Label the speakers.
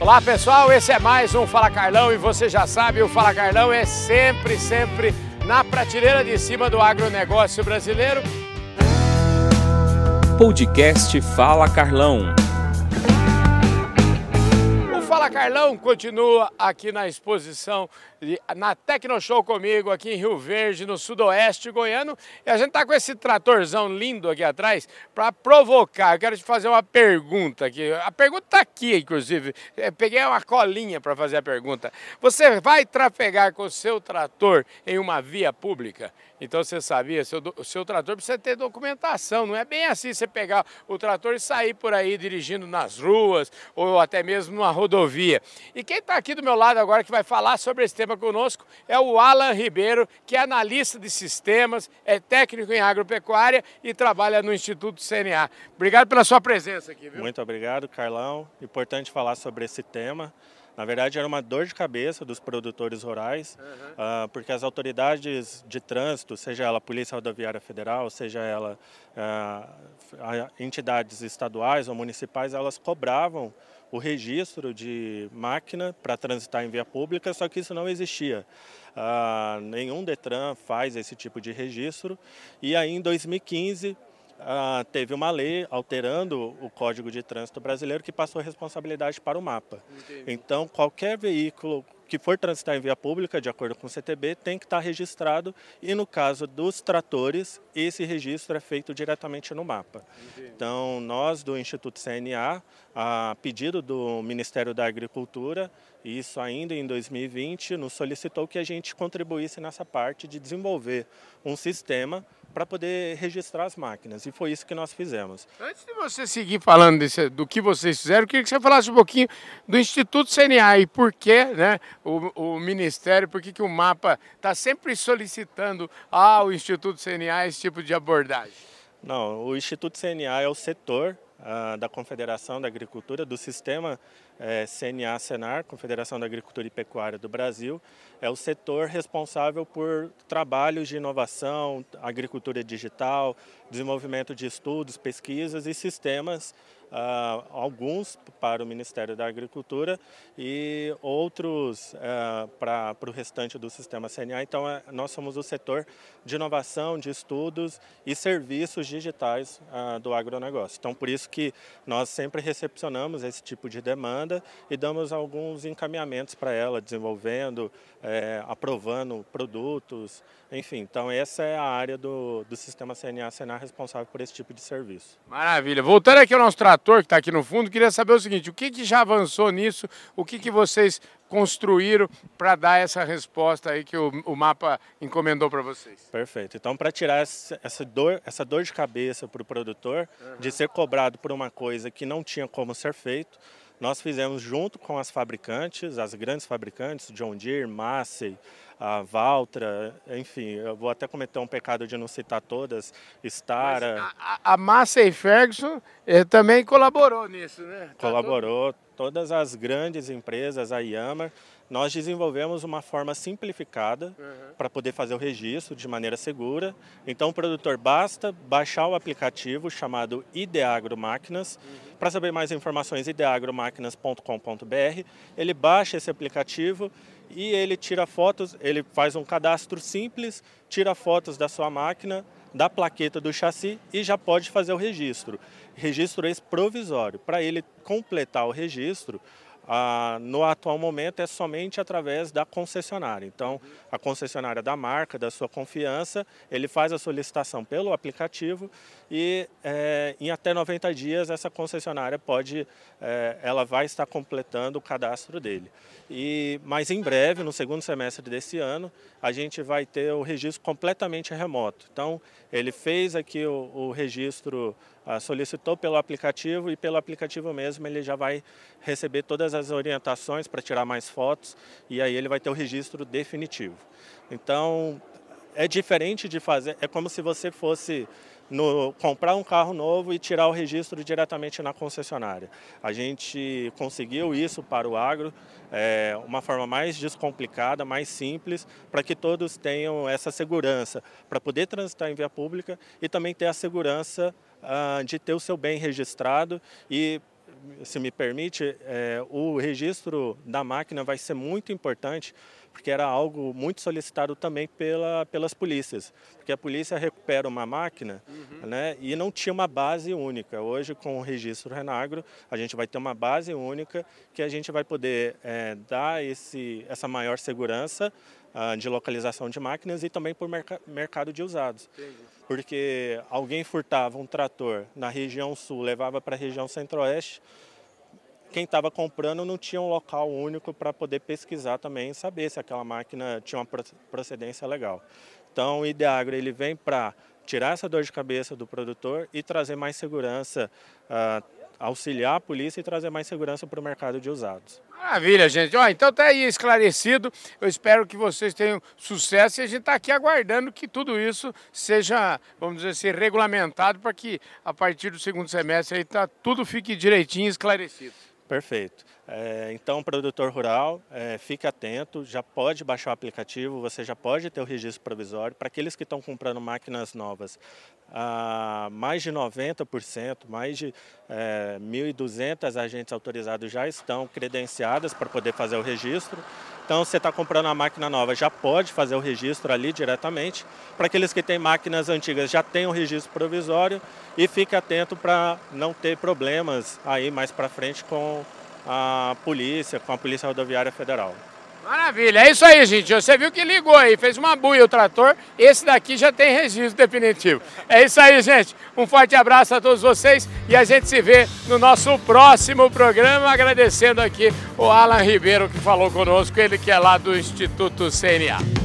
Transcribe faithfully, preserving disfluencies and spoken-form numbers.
Speaker 1: Olá pessoal, esse é mais um Fala Carlão e você já sabe, o Fala Carlão é sempre, sempre na prateleira de cima do agronegócio brasileiro.
Speaker 2: Podcast Fala Carlão.
Speaker 1: O Fala Carlão continua aqui na exposição, na Tecnoshow comigo, aqui em Rio Verde, no sudoeste goiano. E a gente tá com esse tratorzão lindo aqui atrás para provocar. Eu quero te fazer uma pergunta aqui. A pergunta tá aqui, inclusive. Eu peguei uma colinha para fazer a pergunta. Você vai trafegar com o seu trator em uma via pública? Então você sabia, seu, o seu trator precisa ter documentação. Não é bem assim você pegar o trator e sair por aí dirigindo nas ruas ou até mesmo numa rodovia. E quem está aqui do meu lado agora que vai falar sobre esse tema conosco é o Alan Ribeiro, que é analista de sistemas, é técnico em agropecuária e trabalha no Instituto C N A. Obrigado pela sua presença aqui, viu?
Speaker 3: Muito obrigado, Carlão. Importante falar sobre esse tema. Na verdade, era uma dor de cabeça dos produtores rurais, uhum. uh, porque as autoridades de trânsito, seja ela a Polícia Rodoviária Federal, seja ela uh, entidades estaduais ou municipais, elas cobravam o registro de máquina para transitar em via pública, só que isso não existia. Uh, nenhum Detran faz esse tipo de registro e aí em dois mil e quinze uh, teve uma lei alterando o Código de Trânsito Brasileiro que passou a responsabilidade para o mapa. Entendi. Então qualquer veículo que for transitar em via pública, de acordo com o C T B, tem que estar registrado e no caso dos tratores, esse registro é feito diretamente no mapa. Entendi. Então nós do Instituto C N A, a pedido do Ministério da Agricultura, isso ainda em dois mil e vinte, nos solicitou que a gente contribuísse nessa parte de desenvolver um sistema para poder registrar as máquinas, e foi isso que nós fizemos.
Speaker 1: Antes de você seguir falando desse, do que vocês fizeram, eu queria que você falasse um pouquinho do Instituto C N A e por que, né, o, o Ministério, por que, que o MAPA está sempre solicitando ao Instituto C N A esse tipo de abordagem?
Speaker 3: Não, o Instituto C N A é o setor uh, da Confederação da Agricultura, do sistema é, C N A-Senar, Confederação da Agricultura e Pecuária do Brasil, é o setor responsável por trabalhos de inovação, agricultura digital, desenvolvimento de estudos, pesquisas e sistemas, uh, alguns para o Ministério da Agricultura e outros uh, para o restante do sistema C N A. Então, uh, nós somos o setor de inovação, de estudos e serviços digitais uh, do agronegócio. Então, por isso que nós sempre recepcionamos esse tipo de demanda e damos alguns encaminhamentos para ela, desenvolvendo, é, aprovando produtos, enfim. Então essa é a área do, do sistema C N A-Senar responsável por esse tipo de serviço.
Speaker 1: Maravilha. Voltando aqui ao nosso trator que está aqui no fundo, queria saber o seguinte, o que, que já avançou nisso, o que, que vocês construíram para dar essa resposta aí que o, o MAPA encomendou para vocês?
Speaker 3: Perfeito. Então, para tirar essa, essa, dor, essa dor de cabeça para o produtor, uhum. de ser cobrado por uma coisa que não tinha como ser feito, nós fizemos junto com as fabricantes, as grandes fabricantes, John Deere, Massey, a Valtra, enfim, eu vou até cometer um pecado de não citar todas, Stara.
Speaker 1: Mas a, a Massey Ferguson eh, também colaborou nisso, né?
Speaker 3: Colaborou, todas as grandes empresas, a Yamaha. Nós desenvolvemos uma forma simplificada uhum. para poder fazer o registro de maneira segura. Então o produtor basta baixar o aplicativo chamado Ideagro Máquinas. Uhum. Para saber mais informações, ideagromáquinas ponto com ponto br. Ele baixa esse aplicativo e ele tira fotos, ele faz um cadastro simples, tira fotos da sua máquina, da plaqueta do chassi e já pode fazer o registro. Registro esse provisório. Para ele completar o registro, Ah, no atual momento é somente através da concessionária. Então, a concessionária da marca, da sua confiança, ele faz a solicitação pelo aplicativo e é, em até noventa dias essa concessionária pode, é, ela vai estar completando o cadastro dele. E, mas em breve, no segundo semestre desse ano, a gente vai ter o registro completamente remoto. Então, ele fez aqui o, o registro, ah, solicitou pelo aplicativo e pelo aplicativo mesmo ele já vai receber todas as orientações para tirar mais fotos e aí ele vai ter o registro definitivo. Então, é diferente de fazer, é como se você fosse no, comprar um carro novo e tirar o registro diretamente na concessionária. A gente conseguiu isso para o agro, é, uma forma mais descomplicada, mais simples, para que todos tenham essa segurança, para poder transitar em via pública e também ter a segurança ah, de ter o seu bem registrado e se me permite, é, o registro da máquina vai ser muito importante, porque era algo muito solicitado também pela, pelas polícias, porque a polícia recupera uma máquina, uhum, né, e não tinha uma base única. Hoje, com o registro Renagro, a gente vai ter uma base única que a gente vai poder é, dar esse, essa maior segurança uh, de localização de máquinas e também por merc mercado de usados. Entendi. Porque alguém furtava um trator na região sul, levava para a região centro-oeste, quem estava comprando não tinha um local único para poder pesquisar também e saber se aquela máquina tinha uma procedência legal. Então o Ideagro ele vem para tirar essa dor de cabeça do produtor e trazer mais segurança, uh, auxiliar a polícia e trazer mais segurança para o mercado de usados.
Speaker 1: Maravilha, gente. Ó, então tá aí esclarecido. Eu espero que vocês tenham sucesso e a gente está aqui aguardando que tudo isso seja, vamos dizer assim, regulamentado para que a partir do segundo semestre aí tá, tudo fique direitinho esclarecido.
Speaker 3: Perfeito. É, então, produtor rural, é, fique atento, já pode baixar o aplicativo, você já pode ter o registro provisório. Para aqueles que estão comprando máquinas novas, ah, mais de noventa por cento, mais de é, mil e duzentos agentes autorizados já estão credenciadas para poder fazer o registro. Então, você está comprando uma máquina nova, já pode fazer o registro ali diretamente. Para aqueles que têm máquinas antigas, já tem o registro provisório e fique atento para não ter problemas aí mais para frente com a polícia, com a Polícia Rodoviária Federal.
Speaker 1: Maravilha, é isso aí, gente. Você viu que ligou aí, fez uma buia o trator, esse daqui já tem registro definitivo. É isso aí, gente. Um forte abraço a todos vocês e a gente se vê no nosso próximo programa, agradecendo aqui o Alan Ribeiro que falou conosco, ele que é lá do Instituto C N A.